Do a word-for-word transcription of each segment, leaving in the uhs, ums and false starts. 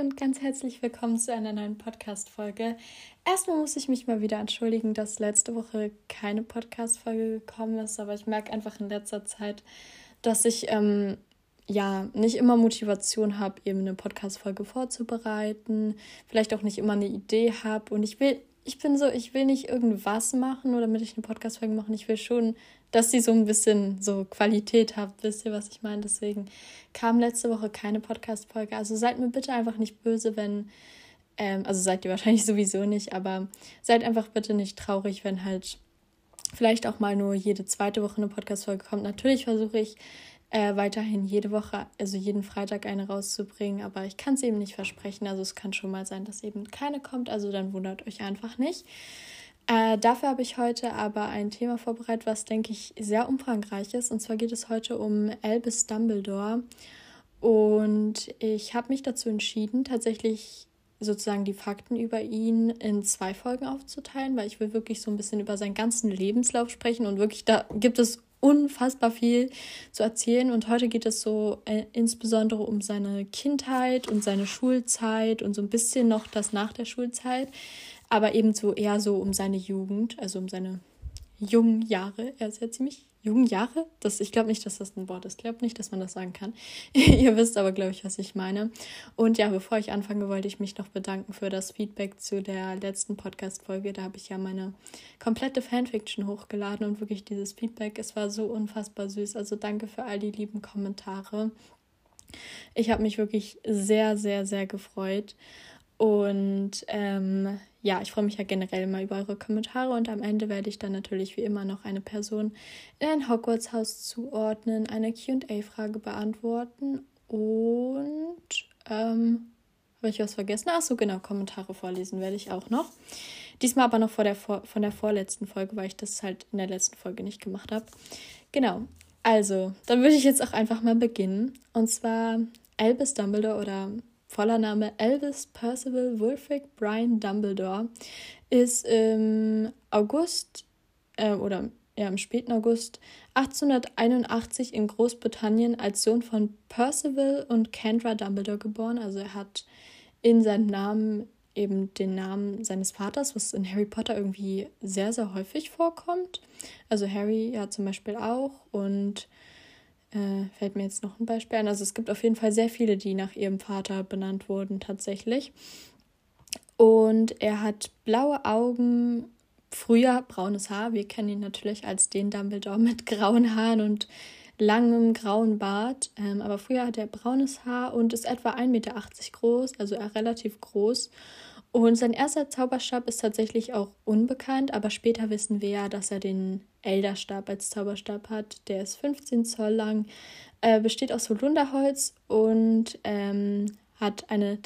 und ganz herzlich willkommen zu einer neuen Podcast-Folge. Erstmal muss ich mich mal wieder entschuldigen, dass letzte Woche keine Podcast-Folge gekommen ist, aber ich merke einfach in letzter Zeit, dass ich ähm, ja nicht immer Motivation habe, eben eine Podcast-Folge vorzubereiten, vielleicht auch nicht immer eine Idee habe und ich will, ich bin so, ich will nicht irgendwas machen oder damit ich eine Podcast-Folge mache, ich will schon, dass sie so ein bisschen so Qualität hat, wisst ihr, was ich meine? Deswegen kam letzte Woche keine Podcast-Folge. Also seid mir bitte einfach nicht böse, wenn, ähm, also seid ihr wahrscheinlich sowieso nicht, aber seid einfach bitte nicht traurig, wenn halt vielleicht auch mal nur jede zweite Woche eine Podcast-Folge kommt. Natürlich versuche ich äh, weiterhin jede Woche, also jeden Freitag eine rauszubringen, aber ich kann es eben nicht versprechen. Also es kann schon mal sein, dass eben keine kommt, also dann wundert euch einfach nicht. Äh, dafür habe ich heute aber ein Thema vorbereitet, was, denke ich, sehr umfangreich ist. Und zwar geht es heute um Albus Dumbledore. Und ich habe mich dazu entschieden, tatsächlich sozusagen die Fakten über ihn in zwei Folgen aufzuteilen, weil ich will wirklich so ein bisschen über seinen ganzen Lebenslauf sprechen. Und wirklich, da gibt es unfassbar viel zu erzählen. Und heute geht es so äh, insbesondere um seine Kindheit und seine Schulzeit und so ein bisschen noch das nach der Schulzeit. Aber ebenso eher so um seine Jugend, also um seine jungen Jahre. Er ist ja ziemlich jungen Jahre. Das, ich glaube nicht, dass das ein Wort ist. Ich glaube nicht, dass man das sagen kann. Ihr wisst aber, glaube ich, was ich meine. Und ja, bevor ich anfange, wollte ich mich noch bedanken für das Feedback zu der letzten Podcast-Folge. Da habe ich ja meine komplette Fanfiction hochgeladen und wirklich dieses Feedback, es war so unfassbar süß. Also danke für all die lieben Kommentare. Ich habe mich wirklich sehr, sehr, sehr gefreut. Und ähm, ja, ich freue mich ja generell immer über eure Kommentare und am Ende werde ich dann natürlich wie immer noch eine Person in ein Hogwarts-Haus zuordnen, eine Q und A-Frage beantworten und ähm, habe ich was vergessen? Ach so, genau, Kommentare vorlesen werde ich auch noch. Diesmal aber noch vor der vor- von der vorletzten Folge, weil ich das halt in der letzten Folge nicht gemacht habe. Genau, also, dann würde ich jetzt auch einfach mal beginnen. Und zwar Albus Dumbledore oder voller Name Albus Percival Wulfric Brian Dumbledore ist im August äh, oder ja im späten August achtzehnhunderteinundachtzig in Großbritannien als Sohn von Percival und Kendra Dumbledore geboren. Also er hat in seinem Namen eben den Namen seines Vaters, was in Harry Potter irgendwie sehr, sehr häufig vorkommt. Also Harry ja zum Beispiel auch und Äh, fällt mir jetzt noch ein Beispiel ein. Also es gibt auf jeden Fall sehr viele, die nach ihrem Vater benannt wurden tatsächlich. Und er hat blaue Augen, früher braunes Haar. Wir kennen ihn natürlich als den Dumbledore mit grauen Haaren und langem grauen Bart. Ähm, aber früher hat er braunes Haar und ist etwa ein Meter achtzig groß, also er relativ groß. Und sein erster Zauberstab ist tatsächlich auch unbekannt, aber später wissen wir ja, dass er den Elderstab als Zauberstab hat. Der ist fünfzehn Zoll lang, äh, besteht aus Holunderholz und ähm, hat eine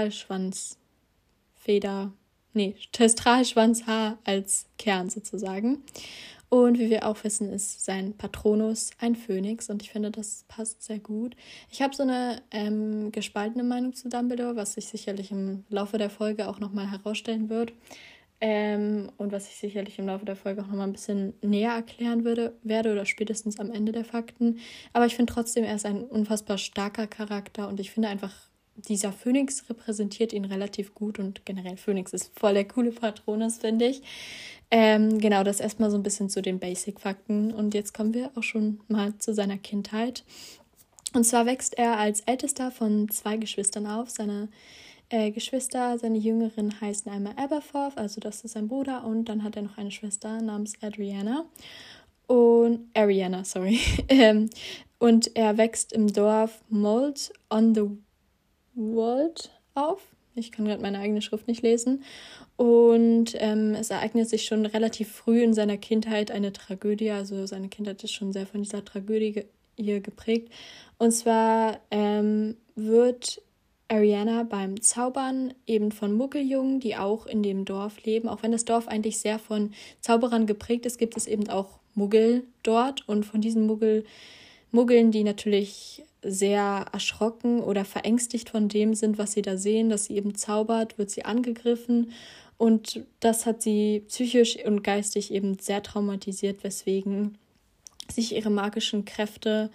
Testralschwanzfeder, nee, Testralschwanzhaar als Kern sozusagen. Und wie wir auch wissen, ist sein Patronus ein Phönix und ich finde, das passt sehr gut. Ich habe so eine ähm, gespaltene Meinung zu Dumbledore, was sich sicherlich im Laufe der Folge auch nochmal herausstellen wird ähm, und was ich sicherlich im Laufe der Folge auch nochmal ein bisschen näher erklären würde, werde oder spätestens am Ende der Fakten. Aber ich finde trotzdem, er ist ein unfassbar starker Charakter und ich finde einfach, dieser Phönix repräsentiert ihn relativ gut und generell Phönix ist voll der coole Patronus, finde ich. Ähm, genau, das erstmal so ein bisschen zu den Basic-Fakten. Und jetzt kommen wir auch schon mal zu seiner Kindheit. Und zwar wächst er als ältester von zwei Geschwistern auf. Seine äh, Geschwister, seine Jüngeren heißen einmal Aberforth, also das ist sein Bruder. Und dann hat er noch eine Schwester namens Adriana. Und Ariana, sorry. ähm, und er wächst im Dorf Mold on the Wold auf. Ich kann gerade meine eigene Schrift nicht lesen. Und ähm, es ereignet sich schon relativ früh in seiner Kindheit eine Tragödie. Also seine Kindheit ist schon sehr von dieser Tragödie ge- hier geprägt. Und zwar ähm, wird Ariana beim Zaubern eben von Muggeljungen, die auch in dem Dorf leben. Auch wenn das Dorf eigentlich sehr von Zauberern geprägt ist, gibt es eben auch Muggel dort. Und von diesen Muggel, Muggeln, die natürlich sehr erschrocken oder verängstigt von dem sind, was sie da sehen, dass sie eben zaubert, wird sie angegriffen und das hat sie psychisch und geistig eben sehr traumatisiert, weswegen sich ihre magischen Kräfte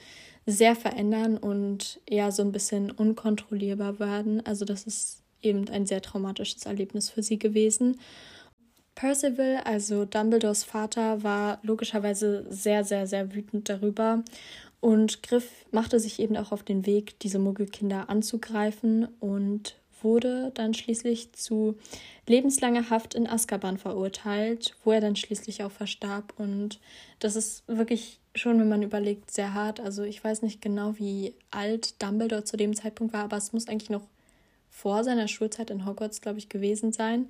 sehr verändern und eher so ein bisschen unkontrollierbar werden. Also das ist eben ein sehr traumatisches Erlebnis für sie gewesen. Percival, also Dumbledores Vater, war logischerweise sehr, sehr, sehr wütend darüber und griff, machte sich eben auch auf den Weg, diese Muggelkinder anzugreifen und wurde dann schließlich zu lebenslanger Haft in Azkaban verurteilt, wo er dann schließlich auch verstarb. Und das ist wirklich schon, wenn man überlegt, sehr hart. Also ich weiß nicht genau, wie alt Dumbledore zu dem Zeitpunkt war, aber es muss eigentlich noch vor seiner Schulzeit in Hogwarts, glaube ich, gewesen sein.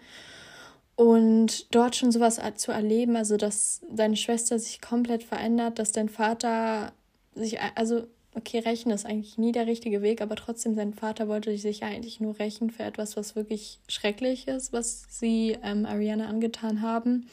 Und dort schon sowas zu erleben, also dass deine Schwester sich komplett verändert, dass dein Vater sich, also okay, rächen ist eigentlich nie der richtige Weg, aber trotzdem, sein Vater wollte sich eigentlich nur rächen für etwas, was wirklich schrecklich ist, was sie ähm, Ariana angetan haben.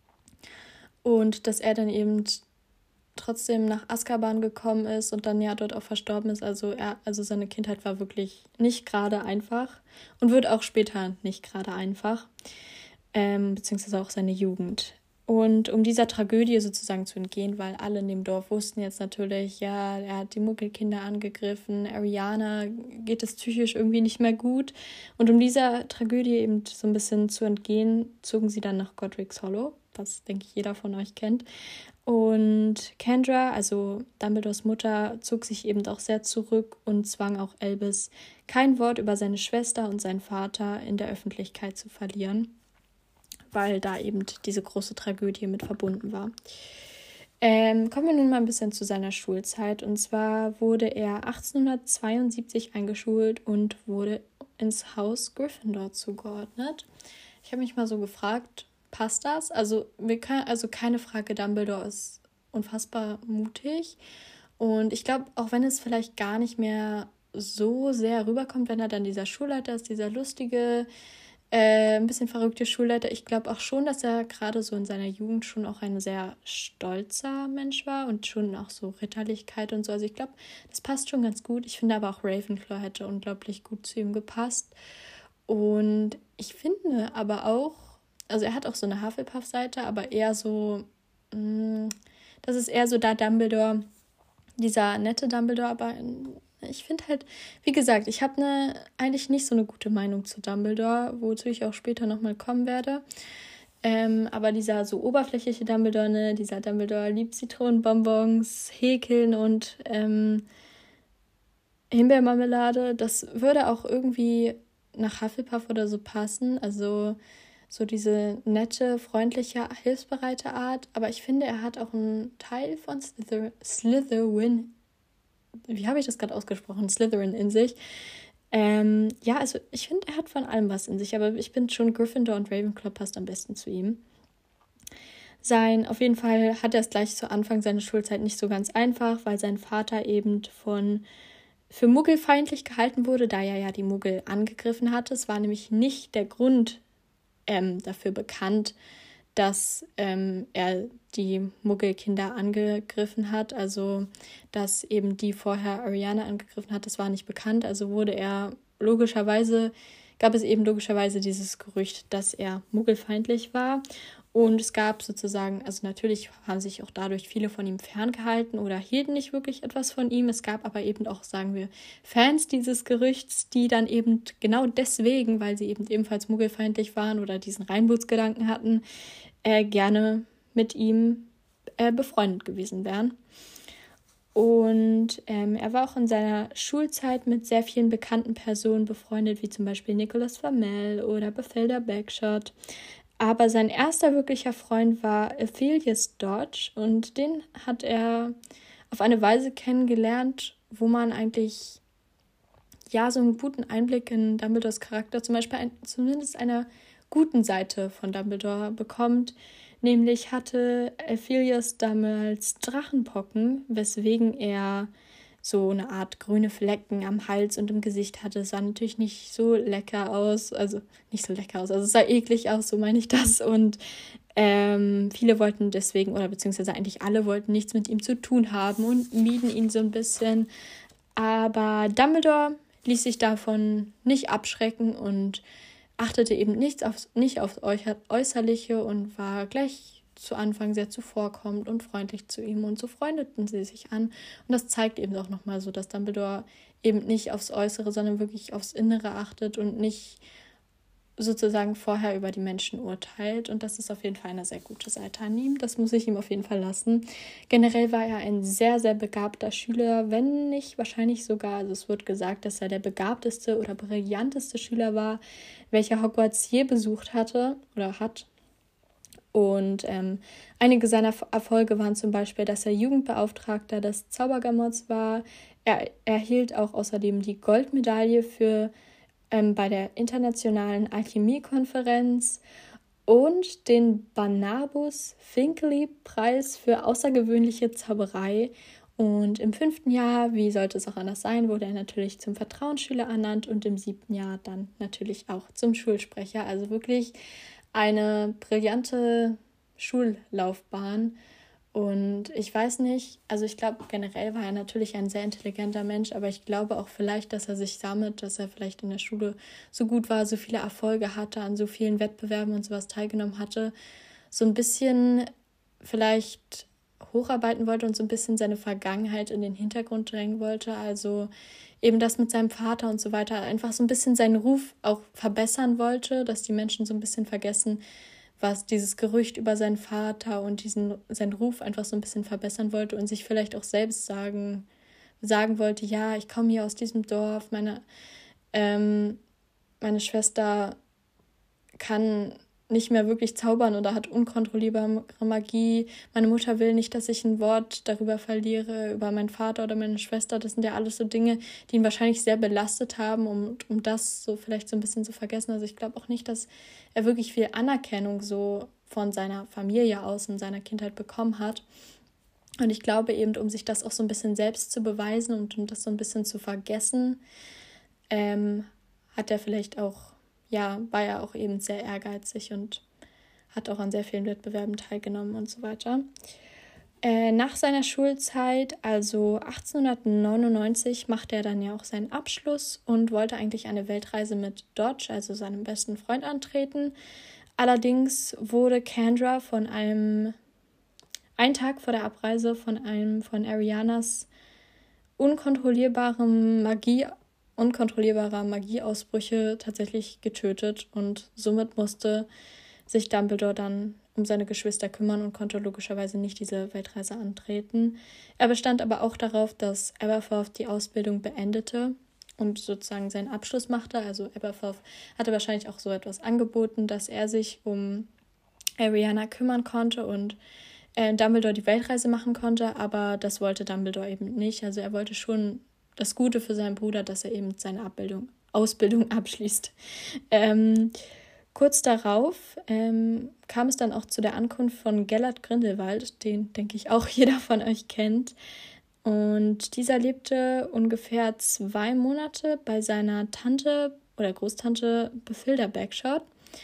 Und dass er dann eben trotzdem nach Azkaban gekommen ist und dann ja dort auch verstorben ist. Also er, also seine Kindheit war wirklich nicht gerade einfach und wird auch später nicht gerade einfach. Ähm, beziehungsweise auch seine Jugend. Und um dieser Tragödie sozusagen zu entgehen, weil alle in dem Dorf wussten jetzt natürlich, ja, er hat die Muggelkinder angegriffen, Ariana geht es psychisch irgendwie nicht mehr gut. Und um dieser Tragödie eben so ein bisschen zu entgehen, zogen sie dann nach Godric's Hollow, was, denke ich, jeder von euch kennt. Und Kendra, also Dumbledores Mutter, zog sich eben auch sehr zurück und zwang auch Albus, kein Wort über seine Schwester und seinen Vater in der Öffentlichkeit zu verlieren, weil da eben diese große Tragödie mit verbunden war. Ähm, kommen wir nun mal ein bisschen zu seiner Schulzeit. Und zwar wurde er achtzehnhundertzweiundsiebzig eingeschult und wurde ins Haus Gryffindor zugeordnet. Ich habe mich mal so gefragt, passt das? Also, wir können, also keine Frage, Dumbledore ist unfassbar mutig. Und ich glaube, auch wenn es vielleicht gar nicht mehr so sehr rüberkommt, wenn er dann dieser Schulleiter ist, dieser lustige, Äh, ein bisschen verrückte Schulleiter. Ich glaube auch schon, dass er gerade so in seiner Jugend schon auch ein sehr stolzer Mensch war und schon auch so Ritterlichkeit und so. Also ich glaube, das passt schon ganz gut. Ich finde aber auch Ravenclaw hätte unglaublich gut zu ihm gepasst. Und ich finde aber auch, also er hat auch so eine Hufflepuff-Seite, aber eher so, mh, das ist eher so da Dumbledore, dieser nette Dumbledore, aber ich finde halt, wie gesagt, ich habe ne, eigentlich nicht so eine gute Meinung zu Dumbledore, wozu ich auch später nochmal kommen werde. Ähm, aber dieser so oberflächliche Dumbledore, ne, dieser Dumbledore liebt Zitronenbonbons, Häkeln und ähm, Himbeermarmelade, das würde auch irgendwie nach Hufflepuff oder so passen. Also so diese nette, freundliche, hilfsbereite Art. Aber ich finde, er hat auch einen Teil von Slither- Slytherin wie habe ich das gerade ausgesprochen, Slytherin in sich. Ähm, ja, also ich finde, er hat von allem was in sich, aber ich bin schon Gryffindor und Ravenclaw passt am besten zu ihm. Sein, auf jeden Fall hat er es gleich zu Anfang seiner Schulzeit nicht so ganz einfach, weil sein Vater eben von für muggelfeindlich gehalten wurde, da er ja die Muggel angegriffen hatte. Es war nämlich nicht der Grund ähm, dafür bekannt, dass ähm, er die Muggelkinder angegriffen hat, also dass eben die vorher Ariana angegriffen hat, das war nicht bekannt, also wurde er logischerweise, gab es eben logischerweise dieses Gerücht, dass er muggelfeindlich war und es gab sozusagen, also natürlich haben sich auch dadurch viele von ihm ferngehalten oder hielten nicht wirklich etwas von ihm, es gab aber eben auch, sagen wir, Fans dieses Gerüchts, die dann eben genau deswegen, weil sie eben ebenfalls muggelfeindlich waren oder diesen Reinblutsgedanken hatten, äh, gerne mit ihm äh, befreundet gewesen wären. Und ähm, er war auch in seiner Schulzeit mit sehr vielen bekannten Personen befreundet, wie zum Beispiel Nicholas Flamel oder Bathilda Bagshot. Aber sein erster wirklicher Freund war Aphelios Dodge und den hat er auf eine Weise kennengelernt, wo man eigentlich ja so einen guten Einblick in Dumbledores Charakter, zum Beispiel ein, zumindest einer guten Seite von Dumbledore bekommt. Nämlich hatte Aphelios damals Drachenpocken, weswegen er so eine Art grüne Flecken am Hals und im Gesicht hatte. Es sah natürlich nicht so lecker aus, also nicht so lecker aus, also es sah eklig aus, so meine ich das. Und ähm, viele wollten deswegen, oder beziehungsweise eigentlich alle wollten nichts mit ihm zu tun haben und mieden ihn so ein bisschen. Aber Dumbledore ließ sich davon nicht abschrecken und achtete eben nichts auf, nicht aufs Äußerliche und war gleich zu Anfang sehr zuvorkommend und freundlich zu ihm und so freundeten sie sich an. Und das zeigt eben auch nochmal so, dass Dumbledore eben nicht aufs Äußere, sondern wirklich aufs Innere achtet und nicht sozusagen vorher über die Menschen urteilt. Und das ist auf jeden Fall eine sehr gute Seite an ihm. Das muss ich ihm auf jeden Fall lassen. Generell war er ein sehr, sehr begabter Schüler, wenn nicht wahrscheinlich sogar, also es wird gesagt, dass er der begabteste oder brillanteste Schüler war, welcher Hogwarts je besucht hatte oder hat. Und ähm, einige seiner Erfolge waren zum Beispiel, dass er Jugendbeauftragter des Zaubergammots war. Er erhielt auch außerdem die Goldmedaille für ähm, bei der Internationalen Alchemiekonferenz und den Barnabas Finkley-Preis für außergewöhnliche Zauberei. Und im fünften Jahr, wie sollte es auch anders sein, wurde er natürlich zum Vertrauensschüler ernannt und im siebten Jahr dann natürlich auch zum Schulsprecher. Also wirklich eine brillante Schullaufbahn. Und ich weiß nicht, also ich glaube, generell war er natürlich ein sehr intelligenter Mensch, aber ich glaube auch vielleicht, dass er sich damit, dass er vielleicht in der Schule so gut war, so viele Erfolge hatte, an so vielen Wettbewerben und sowas teilgenommen hatte, so ein bisschen vielleicht hocharbeiten wollte und so ein bisschen seine Vergangenheit in den Hintergrund drängen wollte. Also eben das mit seinem Vater und so weiter, einfach so ein bisschen seinen Ruf auch verbessern wollte, dass die Menschen so ein bisschen vergessen, was dieses Gerücht über seinen Vater und diesen seinen Ruf einfach so ein bisschen verbessern wollte und sich vielleicht auch selbst sagen, sagen wollte, ja, ich komme hier aus diesem Dorf, meine, ähm, meine Schwester kann nicht mehr wirklich zaubern oder hat unkontrollierbare Magie. Meine Mutter will nicht, dass ich ein Wort darüber verliere, über meinen Vater oder meine Schwester. Das sind ja alles so Dinge, die ihn wahrscheinlich sehr belastet haben, um, um das so vielleicht so ein bisschen zu vergessen. Also ich glaube auch nicht, dass er wirklich viel Anerkennung so von seiner Familie aus in seiner Kindheit bekommen hat. Und ich glaube eben, um sich das auch so ein bisschen selbst zu beweisen und um das so ein bisschen zu vergessen, ähm, hat er vielleicht auch ja, war er auch eben sehr ehrgeizig und hat auch an sehr vielen Wettbewerben teilgenommen und so weiter. Äh, nach seiner Schulzeit, also achtzehnhundertneunundneunzig, machte er dann ja auch seinen Abschluss und wollte eigentlich eine Weltreise mit Dodge, also seinem besten Freund, antreten. Allerdings wurde Kendra von einem, einen Tag vor der Abreise, von einem von Arianas unkontrollierbarem Magie unkontrollierbarer Magieausbrüche tatsächlich getötet und somit musste sich Dumbledore dann um seine Geschwister kümmern und konnte logischerweise nicht diese Weltreise antreten. Er bestand aber auch darauf, dass Aberforth die Ausbildung beendete und sozusagen seinen Abschluss machte. Also Aberforth hatte wahrscheinlich auch so etwas angeboten, dass er sich um Ariana kümmern konnte und äh, Dumbledore die Weltreise machen konnte, aber das wollte Dumbledore eben nicht. Also er wollte schon das Gute für seinen Bruder, dass er eben seine Abbildung, Ausbildung abschließt. Ähm, kurz darauf ähm, kam es dann auch zu der Ankunft von Gellert Grindelwald, den, denke ich, auch jeder von euch kennt. Und dieser lebte ungefähr zwei Monate bei seiner Tante oder Großtante Bathilda Bagshot.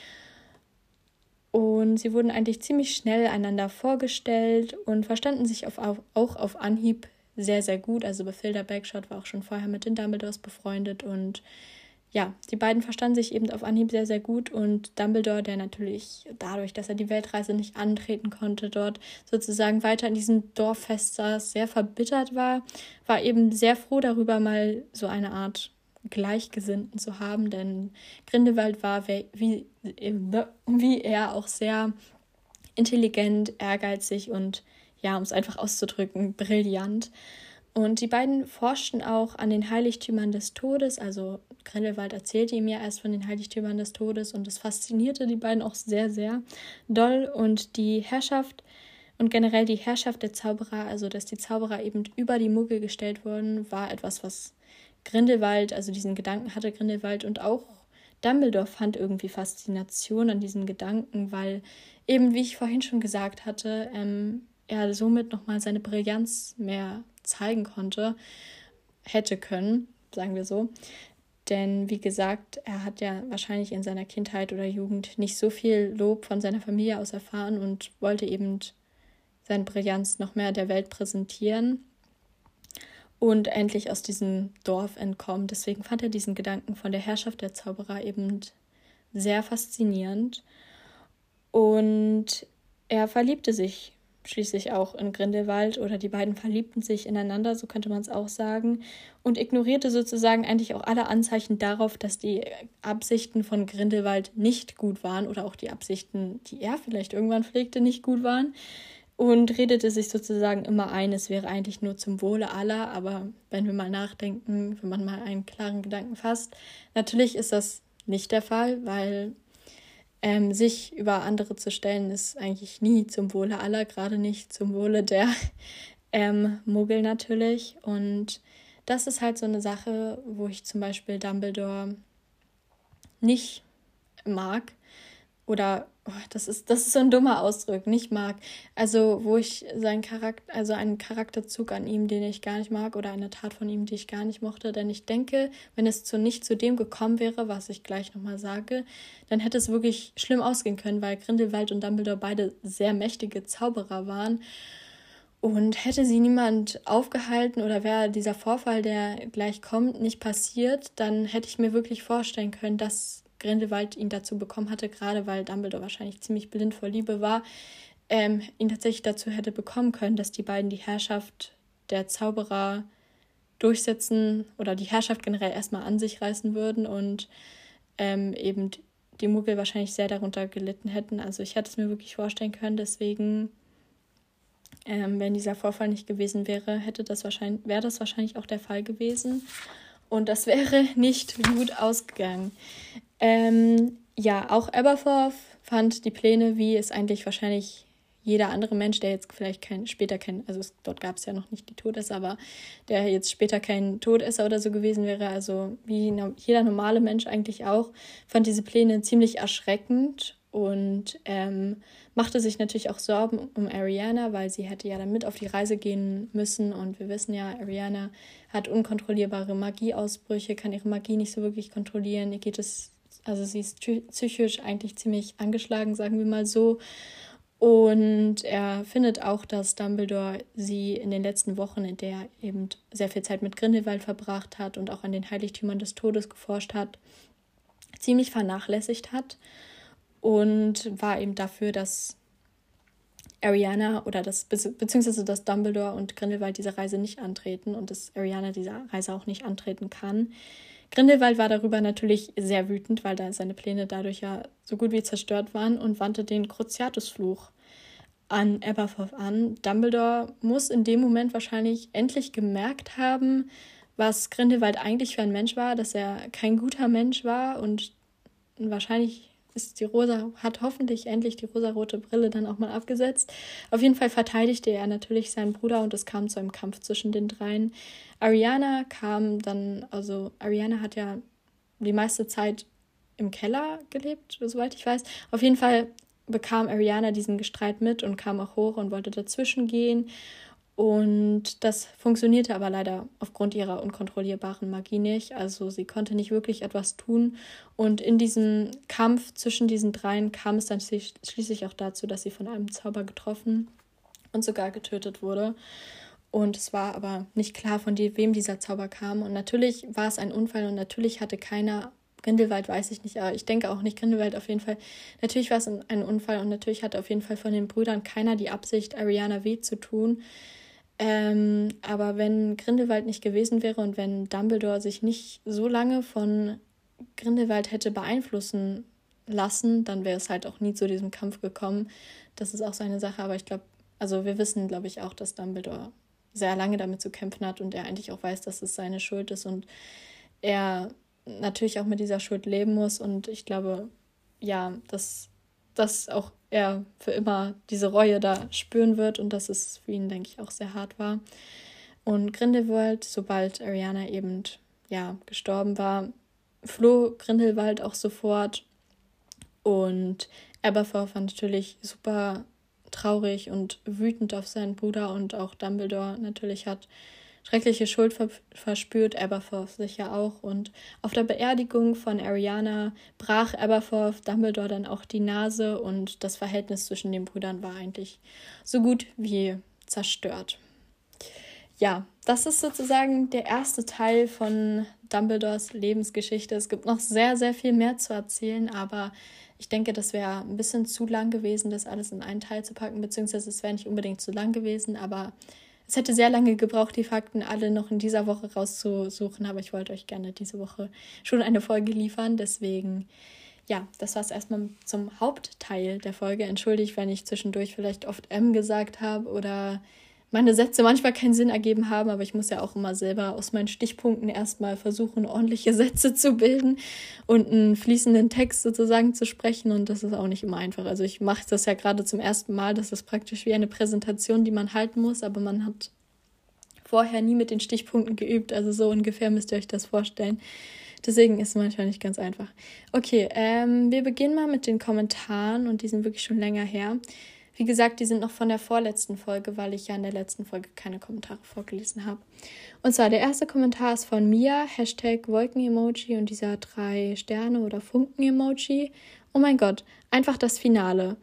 Und sie wurden eigentlich ziemlich schnell einander vorgestellt und verstanden sich auf, auf, auch auf Anhieb sehr, sehr gut. Also Bathilda Bagshot war auch schon vorher mit den Dumbledores befreundet und ja, die beiden verstanden sich eben auf Anhieb sehr, sehr gut und Dumbledore, der natürlich dadurch, dass er die Weltreise nicht antreten konnte, dort sozusagen weiter in diesem Dorf festsaß, sehr verbittert war, war eben sehr froh darüber, mal so eine Art Gleichgesinnten zu haben, denn Grindelwald war wie, wie, wie er auch sehr intelligent, ehrgeizig und ja, um es einfach auszudrücken, brillant. Und die beiden forschten auch an den Heiligtümern des Todes. Also Grindelwald erzählte ihm ja erst von den Heiligtümern des Todes und das faszinierte die beiden auch sehr, sehr doll. Und die Herrschaft und generell die Herrschaft der Zauberer, also dass die Zauberer eben über die Muggel gestellt wurden, war etwas, was Grindelwald, also diesen Gedanken hatte Grindelwald und auch Dumbledore fand irgendwie Faszination an diesen Gedanken, weil eben, wie ich vorhin schon gesagt hatte, ähm, er somit nochmal seine Brillanz mehr zeigen konnte, hätte können, sagen wir so. Denn wie gesagt, er hat ja wahrscheinlich in seiner Kindheit oder Jugend nicht so viel Lob von seiner Familie aus erfahren und wollte eben seine Brillanz noch mehr der Welt präsentieren und endlich aus diesem Dorf entkommen. Deswegen fand er diesen Gedanken von der Herrschaft der Zauberer eben sehr faszinierend. Und er verliebte sich schließlich auch in Grindelwald oder die beiden verliebten sich ineinander, so könnte man es auch sagen, und ignorierte sozusagen eigentlich auch alle Anzeichen darauf, dass die Absichten von Grindelwald nicht gut waren oder auch die Absichten, die er vielleicht irgendwann pflegte, nicht gut waren und redete sich sozusagen immer ein, es wäre eigentlich nur zum Wohle aller, aber wenn wir mal nachdenken, wenn man mal einen klaren Gedanken fasst, natürlich ist das nicht der Fall, weil Ähm, sich über andere zu stellen, ist eigentlich nie zum Wohle aller, gerade nicht zum Wohle der ähm, Muggel natürlich. Und das ist halt so eine Sache, wo ich zum Beispiel Dumbledore nicht mag. Oder, oh, das ist, das ist so ein dummer Ausdruck, nicht mag. Also, wo ich seinen Charakter, also einen Charakterzug an ihm, den ich gar nicht mag, oder eine Tat von ihm, die ich gar nicht mochte. Denn ich denke, wenn es zu nicht zu dem gekommen wäre, was ich gleich nochmal sage, dann hätte es wirklich schlimm ausgehen können, weil Grindelwald und Dumbledore beide sehr mächtige Zauberer waren. Und hätte sie niemand aufgehalten oder wäre dieser Vorfall, der gleich kommt, nicht passiert, dann hätte ich mir wirklich vorstellen können, dass Grindelwald ihn dazu bekommen hatte, gerade weil Dumbledore wahrscheinlich ziemlich blind vor Liebe war, ähm, ihn tatsächlich dazu hätte bekommen können, dass die beiden die Herrschaft der Zauberer durchsetzen oder die Herrschaft generell erstmal an sich reißen würden und ähm, eben die Muggel wahrscheinlich sehr darunter gelitten hätten. Also ich hätte es mir wirklich vorstellen können, deswegen, ähm, wenn dieser Vorfall nicht gewesen wäre, hätte das wahrscheinlich, wäre das wahrscheinlich auch der Fall gewesen. Und das wäre nicht gut ausgegangen. Ähm, ja, auch Aberforth fand die Pläne, wie es eigentlich wahrscheinlich jeder andere Mensch, der jetzt vielleicht kein, später kein, also es, dort gab es ja noch nicht die Todesser, aber der jetzt später kein Todesser oder so gewesen wäre, also wie no, jeder normale Mensch eigentlich auch, fand diese Pläne ziemlich erschreckend und ähm, machte sich natürlich auch Sorgen um Ariana, weil sie hätte ja dann mit auf die Reise gehen müssen und wir wissen ja, Ariana hat unkontrollierbare Magieausbrüche, kann ihre Magie nicht so wirklich kontrollieren, ihr geht es, also sie ist psychisch eigentlich ziemlich angeschlagen, sagen wir mal so. Und er findet auch, dass Dumbledore sie in den letzten Wochen, in der er eben sehr viel Zeit mit Grindelwald verbracht hat und auch an den Heiligtümern des Todes geforscht hat, ziemlich vernachlässigt hat und war eben dafür, dass Ariana oder das, beziehungsweise dass Dumbledore und Grindelwald diese Reise nicht antreten und dass Ariana diese Reise auch nicht antreten kann. Grindelwald war darüber natürlich sehr wütend, weil da seine Pläne dadurch ja so gut wie zerstört waren und wandte den Cruciatusfluch an Aberforth an. Dumbledore muss in dem Moment wahrscheinlich endlich gemerkt haben, was Grindelwald eigentlich für ein Mensch war, dass er kein guter Mensch war und wahrscheinlich ist die rosa, hat hoffentlich endlich die rosarote Brille dann auch mal abgesetzt. Auf jeden Fall verteidigte er natürlich seinen Bruder und es kam zu einem Kampf zwischen den dreien. Ariana kam dann, also Ariana hat ja die meiste Zeit im Keller gelebt, soweit ich weiß. Auf jeden Fall bekam Ariana diesen Streit mit und kam auch hoch und wollte dazwischen gehen. Und das funktionierte aber leider aufgrund ihrer unkontrollierbaren Magie nicht. Also sie konnte nicht wirklich etwas tun. Und in diesem Kampf zwischen diesen dreien kam es dann schließlich auch dazu, dass sie von einem Zauber getroffen und sogar getötet wurde. Und es war aber nicht klar, von wem dieser Zauber kam. Und natürlich war es ein Unfall und natürlich hatte keiner, Grindelwald weiß ich nicht, aber ich denke auch nicht Grindelwald auf jeden Fall. Natürlich war es ein Unfall und natürlich hatte auf jeden Fall von den Brüdern keiner die Absicht, Ariana weh zu tun. Ähm, aber wenn Grindelwald nicht gewesen wäre und wenn Dumbledore sich nicht so lange von Grindelwald hätte beeinflussen lassen, dann wäre es halt auch nie zu diesem Kampf gekommen. Das ist auch so eine Sache, aber ich glaube, also wir wissen, glaube ich, auch, dass Dumbledore sehr lange damit zu kämpfen hat und er eigentlich auch weiß, dass es seine Schuld ist und er natürlich auch mit dieser Schuld leben muss und ich glaube, ja, dass, dass auch er für immer diese Reue da spüren wird und dass es für ihn, denke ich, auch sehr hart war. Und Grindelwald, sobald Ariana eben ja, gestorben war, floh Grindelwald auch sofort und Aberforth war natürlich super traurig und wütend auf seinen Bruder und auch Dumbledore natürlich hat schreckliche Schuld ver- verspürt, Aberforth sicher auch. Und auf der Beerdigung von Ariana brach Aberforth Dumbledore dann auch die Nase und das Verhältnis zwischen den Brüdern war eigentlich so gut wie zerstört. ja, das ist sozusagen der erste Teil von Dumbledores Lebensgeschichte. Es gibt noch sehr, sehr viel mehr zu erzählen, aber ich denke, das wäre ein bisschen zu lang gewesen, das alles in einen Teil zu packen, beziehungsweise es wäre nicht unbedingt zu lang gewesen, aber es hätte sehr lange gebraucht, die Fakten alle noch in dieser Woche rauszusuchen, aber ich wollte euch gerne diese Woche schon eine Folge liefern, deswegen, ja, das war es erstmal zum Hauptteil der Folge. Entschuldigt, wenn ich zwischendurch vielleicht oft M gesagt habe oder meine Sätze manchmal keinen Sinn ergeben haben, aber ich muss ja auch immer selber aus meinen Stichpunkten erstmal versuchen, ordentliche Sätze zu bilden und einen fließenden Text sozusagen zu sprechen und das ist auch nicht immer einfach. Also ich mache das ja gerade zum ersten Mal, das ist praktisch wie eine Präsentation, die man halten muss, aber man hat vorher nie mit den Stichpunkten geübt, also so ungefähr müsst ihr euch das vorstellen. Deswegen ist es manchmal nicht ganz einfach. Okay, ähm, wir beginnen mal mit den Kommentaren und die sind wirklich schon länger her. Wie gesagt, die sind noch von der vorletzten Folge, weil ich ja in der letzten Folge keine Kommentare vorgelesen habe. Und zwar der erste Kommentar ist von Mia, Hashtag Wolken-Emoji und dieser drei Sterne oder Funken-Emoji. Oh mein Gott, einfach das Finale.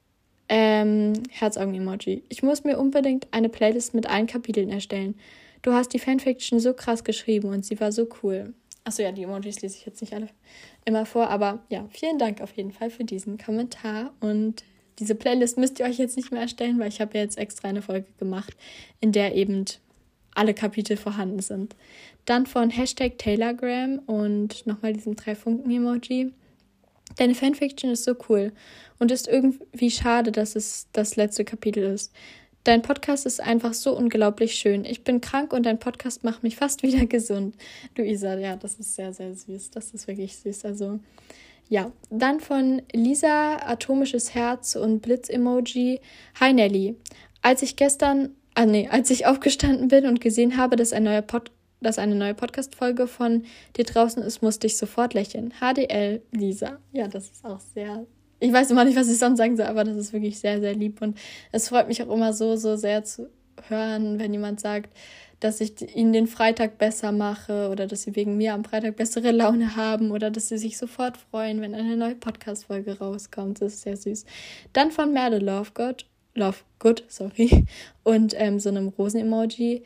Ähm, Herzaugen-Emoji. Ich muss mir unbedingt eine Playlist mit allen Kapiteln erstellen. Du hast die Fanfiction so krass geschrieben und sie war so cool. Achso, ja, die Emojis lese ich jetzt nicht alle immer vor, aber ja, vielen Dank auf jeden Fall für diesen Kommentar und diese Playlist müsst ihr euch jetzt nicht mehr erstellen, weil ich habe ja jetzt extra eine Folge gemacht, in der eben alle Kapitel vorhanden sind. Dann von Hashtag Taylorgram und nochmal diesem Drei-Funken-Emoji. Deine Fanfiction ist so cool und ist irgendwie schade, dass es das letzte Kapitel ist. Dein Podcast ist einfach so unglaublich schön. Ich bin krank und dein Podcast macht mich fast wieder gesund. Luisa, ja, das ist sehr, sehr süß. Das ist wirklich süß. Also ja, dann von Lisa, atomisches Herz und Blitz-Emoji. Hi Nelly. Als ich gestern, ah nee, als ich aufgestanden bin und gesehen habe, dass, ein neuer Pod, dass eine neue Podcast-Folge von dir draußen ist, musste ich sofort lächeln. H D L, Lisa. Ja, das ist auch sehr, ich weiß immer nicht, was ich sonst sagen soll, aber das ist wirklich sehr, sehr lieb und es freut mich auch immer so, so sehr zu hören, wenn jemand sagt, dass ich ihnen den Freitag besser mache oder dass sie wegen mir am Freitag bessere Laune haben oder dass sie sich sofort freuen, wenn eine neue Podcast-Folge rauskommt. Das ist sehr süß. Dann von Merle Lovegood, Lovegood, sorry, und ähm, so einem Rosen-Emoji.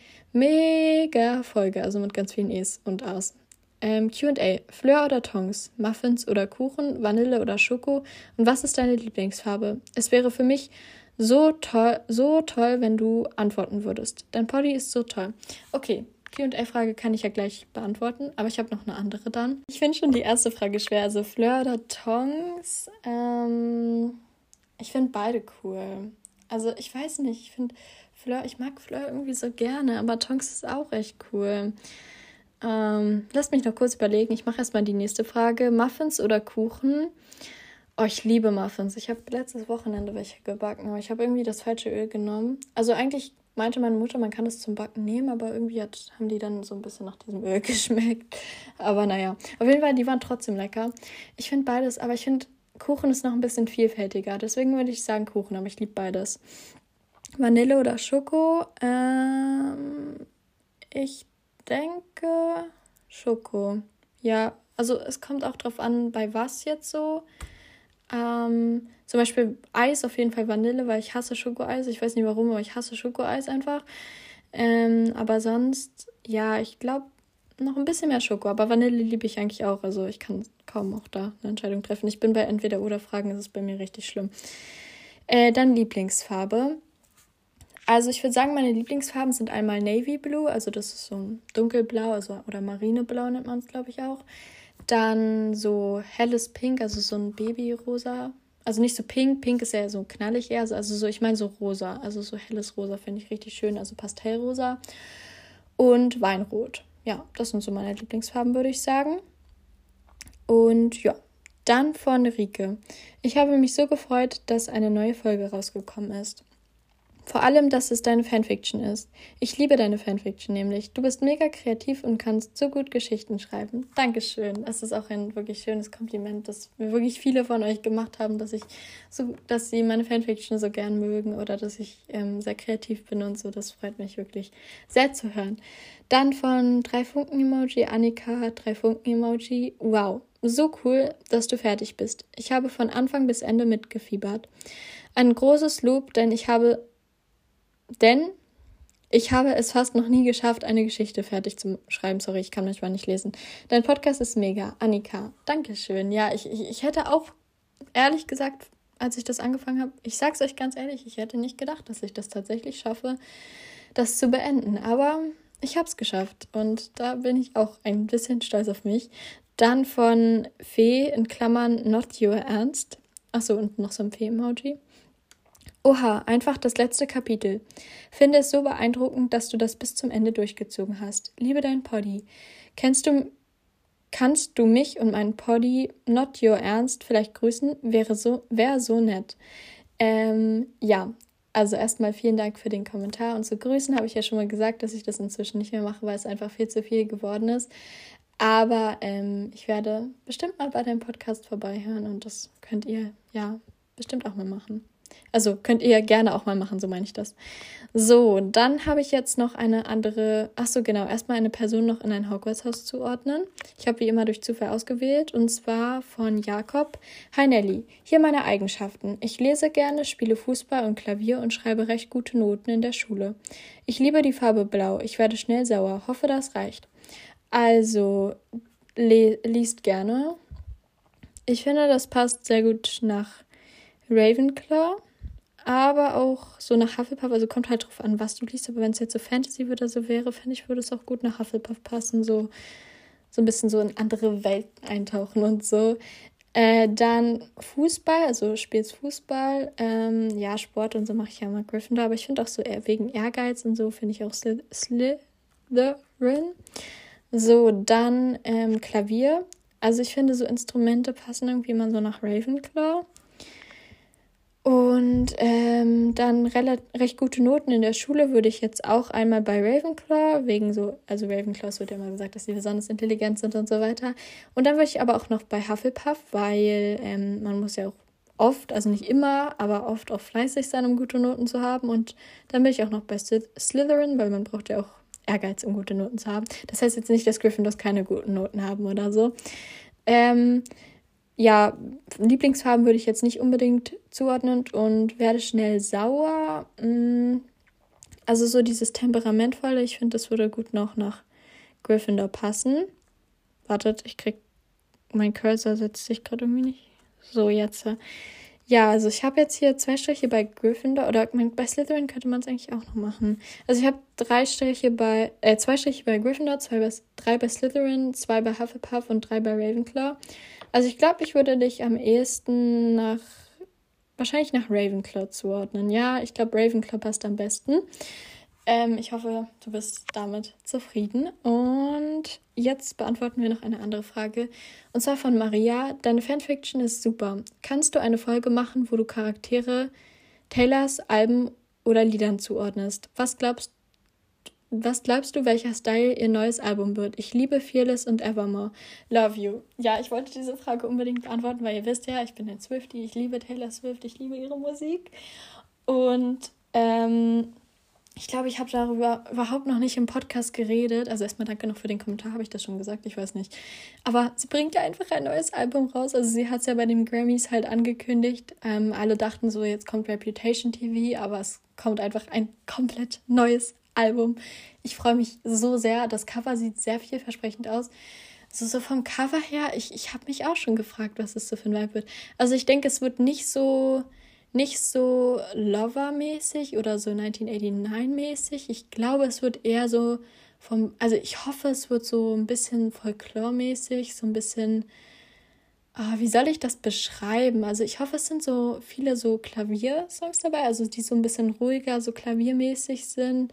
Mega Folge, also mit ganz vielen E's und A's. Ähm, Q und A. Fleur oder Tongs? Muffins oder Kuchen? Vanille oder Schoko? Und was ist deine Lieblingsfarbe? Es wäre für mich So toll, so toll, wenn du antworten würdest. Dein Poddy ist so toll. Okay, Q und A-Frage kann ich ja gleich beantworten, aber ich habe noch eine andere dann. Ich finde schon die erste Frage schwer. Also Fleur oder Tongs? Ähm, ich finde beide cool. Also ich weiß nicht, ich finde Fleur, ich mag Fleur irgendwie so gerne, aber Tongs ist auch echt cool. Ähm, lass mich noch kurz überlegen. Ich mache erstmal die nächste Frage. Muffins oder Kuchen? Oh, ich liebe Muffins. Ich habe letztes Wochenende welche gebacken, aber ich habe irgendwie das falsche Öl genommen. Also eigentlich meinte meine Mutter, man kann es zum Backen nehmen, aber irgendwie hat, haben die dann so ein bisschen nach diesem Öl geschmeckt. Aber naja, auf jeden Fall, die waren trotzdem lecker. Ich finde beides, aber ich finde, Kuchen ist noch ein bisschen vielfältiger. Deswegen würde ich sagen Kuchen, aber ich liebe beides. Vanille oder Schoko? Ähm, ich denke Schoko. Ja, also es kommt auch drauf an, bei was jetzt so. Ähm, zum Beispiel Eis, auf jeden Fall Vanille, weil ich hasse Schokoeis. Ich weiß nicht warum, aber ich hasse Schokoeis einfach. Ähm, aber sonst, ja, ich glaube noch ein bisschen mehr Schoko. Aber Vanille liebe ich eigentlich auch. Also ich kann kaum auch da eine Entscheidung treffen. Ich bin bei Entweder-Oder-Fragen, das ist bei mir richtig schlimm. Äh, dann Lieblingsfarbe. Also ich würde sagen, meine Lieblingsfarben sind einmal Navy Blue, also das ist so ein dunkelblau, also oder Marineblau nennt man es, glaube ich, auch. Dann so helles Pink, also so ein Babyrosa. Also nicht so pink, pink ist ja so knallig eher. Also so, ich meine so rosa. Also so helles Rosa finde ich richtig schön. Also Pastellrosa. Und Weinrot. Ja, das sind so meine Lieblingsfarben, würde ich sagen. Und ja, dann von Rike. Ich habe mich so gefreut, dass eine neue Folge rausgekommen ist. Vor allem, dass es deine Fanfiction ist. Ich liebe deine Fanfiction nämlich. Du bist mega kreativ und kannst so gut Geschichten schreiben. Dankeschön. Das ist auch ein wirklich schönes Kompliment, das mir wirklich viele von euch gemacht haben, dass ich so, dass sie meine Fanfiction so gern mögen oder dass ich ähm, sehr kreativ bin und so. Das freut mich wirklich sehr zu hören. Dann von drei Funken-Emoji, Annika, drei Funken-Emoji. Wow, so cool, dass du fertig bist. Ich habe von Anfang bis Ende mitgefiebert. Ein großes Lob, denn ich habe Denn Ich habe es fast noch nie geschafft, eine Geschichte fertig zu schreiben. Sorry, ich kann manchmal nicht lesen. Dein Podcast ist mega. Annika, Dankeschön. Ja, ich, ich, ich hätte auch, ehrlich gesagt, als ich das angefangen habe, ich sag's euch ganz ehrlich, ich hätte nicht gedacht, dass ich das tatsächlich schaffe, das zu beenden. Aber ich habe es geschafft und da bin ich auch ein bisschen stolz auf mich. Dann von Fee in Klammern Not Your Ernst. Achso, und noch so ein Fee-Emoji. Oha, einfach das letzte Kapitel. Finde es so beeindruckend, dass du das bis zum Ende durchgezogen hast. Liebe dein Poddy. Kennst du, kannst du mich und meinen Poddy Not Your Ernst vielleicht grüßen? Wäre so, wäre so nett. Ähm, ja, also erstmal vielen Dank für den Kommentar und zu grüßen habe ich ja schon mal gesagt, dass ich das inzwischen nicht mehr mache, weil es einfach viel zu viel geworden ist. Aber ähm, ich werde bestimmt mal bei deinem Podcast vorbeihören und das könnt ihr ja bestimmt auch mal machen. Also könnt ihr gerne auch mal machen, so meine ich das. So, dann habe ich jetzt noch eine andere, ach so genau, erstmal eine Person noch in ein Hogwarts-Haus zuordnen. Ich habe wie immer durch Zufall ausgewählt und zwar von Jakob. Hi Nelly, hier meine Eigenschaften. Ich lese gerne, spiele Fußball und Klavier und schreibe recht gute Noten in der Schule. Ich liebe die Farbe Blau, ich werde schnell sauer, hoffe das reicht. Also, le- liest gerne. Ich finde, das passt sehr gut nach Ravenclaw, aber auch so nach Hufflepuff, also kommt halt drauf an, was du liest, aber wenn es jetzt so Fantasy oder so wäre, finde ich, würde es auch gut nach Hufflepuff passen, so, so ein bisschen so in andere Welten eintauchen und so. Äh, dann Fußball, also spielst Fußball, ähm, ja, Sport und so mache ich ja mal Gryffindor, aber ich finde auch so eher wegen Ehrgeiz und so finde ich auch Sly- Slytherin. So, dann ähm, Klavier, also ich finde so Instrumente passen irgendwie immer so nach Ravenclaw. Und ähm, dann rela- recht gute Noten in der Schule würde ich jetzt auch einmal bei Ravenclaw, wegen so, also Ravenclaws wird ja immer gesagt, dass sie besonders intelligent sind und so weiter. Und dann würde ich aber auch noch bei Hufflepuff, weil ähm, man muss ja auch oft, also nicht immer, aber oft auch fleißig sein, um gute Noten zu haben. Und dann bin ich auch noch bei Slyth- Slytherin, weil man braucht ja auch Ehrgeiz, um gute Noten zu haben. Das heißt jetzt nicht, dass Gryffindors keine guten Noten haben oder so. Ähm... Ja, Lieblingsfarben würde ich jetzt nicht unbedingt zuordnen und werde schnell sauer. Also so dieses Temperamentvolle, ich finde, das würde gut noch nach Gryffindor passen. Wartet, ich krieg, mein Cursor setzt sich gerade irgendwie nicht. So, jetzt. Ja, also ich habe jetzt hier zwei Striche bei Gryffindor oder bei Slytherin könnte man es eigentlich auch noch machen. Also ich habe drei Striche bei, äh, zwei Striche bei Gryffindor, zwei bei, drei bei Slytherin, zwei bei Hufflepuff und drei bei Ravenclaw. Also ich glaube, ich würde dich am ehesten nach, wahrscheinlich nach Ravenclaw zuordnen. Ja, ich glaube, Ravenclaw passt am besten. Ähm, ich hoffe, du bist damit zufrieden. Und jetzt beantworten wir noch eine andere Frage. Und zwar von Maria. Deine Fanfiction ist super. Kannst du eine Folge machen, wo du Charaktere Taylors Alben oder Liedern zuordnest? Was glaubst Was glaubst du, welcher Style ihr neues Album wird? Ich liebe Fearless und Evermore. Love you. Ja, ich wollte diese Frage unbedingt beantworten, weil ihr wisst ja, ich bin ein Swiftie, ich liebe Taylor Swift, ich liebe ihre Musik. Und ähm, ich glaube, ich habe darüber überhaupt noch nicht im Podcast geredet. Also erstmal danke noch für den Kommentar, habe ich das schon gesagt? Ich weiß nicht. Aber sie bringt ja einfach ein neues Album raus. Also sie hat es ja bei den Grammys halt angekündigt. Ähm, alle dachten so, jetzt kommt Reputation T V, aber es kommt einfach ein komplett neues Album. Ich freue mich so sehr. Das Cover sieht sehr vielversprechend aus. Also so vom Cover her, ich, ich habe mich auch schon gefragt, was es so für ein Vibe wird. Also ich denke, es wird nicht so... nicht so Lover-mäßig oder so neunzehnhundertneunundachtzig-mäßig. Ich glaube, es wird eher so vom, also ich hoffe, es wird so ein bisschen Folklore-mäßig, so ein bisschen, ah, wie soll ich das beschreiben? Also ich hoffe, es sind so viele so Klaviersongs dabei, also die so ein bisschen ruhiger, so klaviermäßig sind.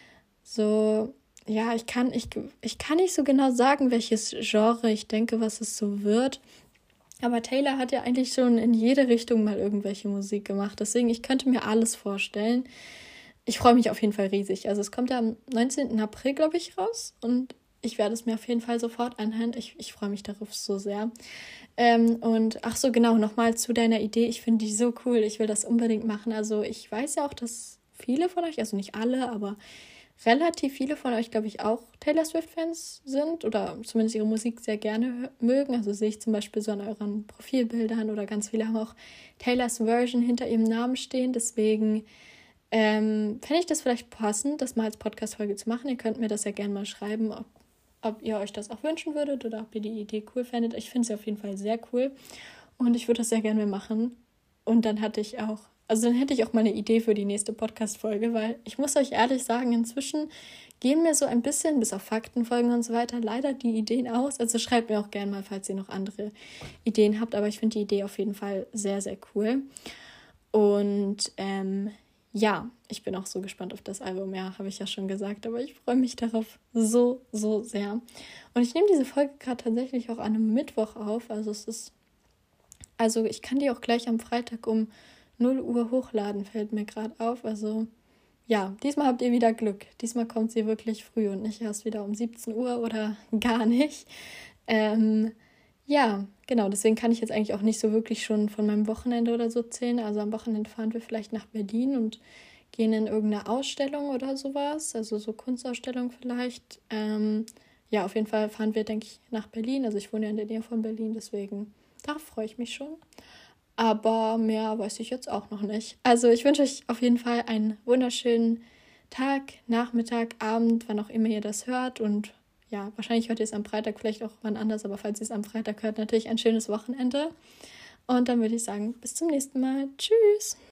So, ja, ich kann, ich, ich kann nicht so genau sagen, welches Genre ich denke, was es so wird. Aber Taylor hat ja eigentlich schon in jede Richtung mal irgendwelche Musik gemacht. Deswegen, ich könnte mir alles vorstellen. Ich freue mich auf jeden Fall riesig. Also es kommt ja am neunzehnten April, glaube ich, raus. Und ich werde es mir auf jeden Fall sofort anhören. Ich, ich freue mich darauf so sehr. Ähm, und ach so, genau, nochmal zu deiner Idee. Ich finde die so cool. Ich will das unbedingt machen. Also ich weiß ja auch, dass viele von euch, also nicht alle, aber relativ viele von euch, glaube ich, auch Taylor Swift-Fans sind oder zumindest ihre Musik sehr gerne mögen. Also sehe ich zum Beispiel so an euren Profilbildern oder ganz viele haben auch Taylors Version hinter ihrem Namen stehen. Deswegen, ähm, fände ich das vielleicht passend, das mal als Podcast-Folge zu machen. Ihr könnt mir das ja gerne mal schreiben, ob, ob ihr euch das auch wünschen würdet oder ob ihr die Idee cool fändet. Ich finde sie auf jeden Fall sehr cool und ich würde das sehr gerne machen. Und dann hatte ich auch, also dann hätte ich auch mal eine Idee für die nächste Podcast-Folge, weil ich muss euch ehrlich sagen, inzwischen gehen mir so ein bisschen, bis auf Faktenfolgen und so weiter, leider die Ideen aus. Also schreibt mir auch gerne mal, falls ihr noch andere Ideen habt, aber ich finde die Idee auf jeden Fall sehr, sehr cool. Und ähm, ja, ich bin auch so gespannt auf das Album, ja, habe ich ja schon gesagt, aber ich freue mich darauf so, so sehr. Und ich nehme diese Folge gerade tatsächlich auch an einem Mittwoch auf, also es ist, also ich kann die auch gleich am Freitag um null Uhr hochladen, fällt mir gerade auf, also ja, diesmal habt ihr wieder Glück, diesmal kommt sie wirklich früh und nicht erst wieder um siebzehn Uhr oder gar nicht. Ähm, ja, genau, deswegen kann ich jetzt eigentlich auch nicht so wirklich schon von meinem Wochenende oder so zählen. Also am Wochenende fahren wir vielleicht nach Berlin und gehen in irgendeine Ausstellung oder sowas, also so Kunstausstellung vielleicht. Ähm, ja, auf jeden Fall fahren wir, denke ich, nach Berlin. Also ich wohne ja in der Nähe von Berlin, deswegen darauf freue ich mich schon. Aber mehr weiß ich jetzt auch noch nicht. Also ich wünsche euch auf jeden Fall einen wunderschönen Tag, Nachmittag, Abend, wann auch immer ihr das hört. Und ja, wahrscheinlich hört ihr es am Freitag, vielleicht auch wann anders, aber falls ihr es am Freitag hört, natürlich ein schönes Wochenende. Und dann würde ich sagen, bis zum nächsten Mal. Tschüss!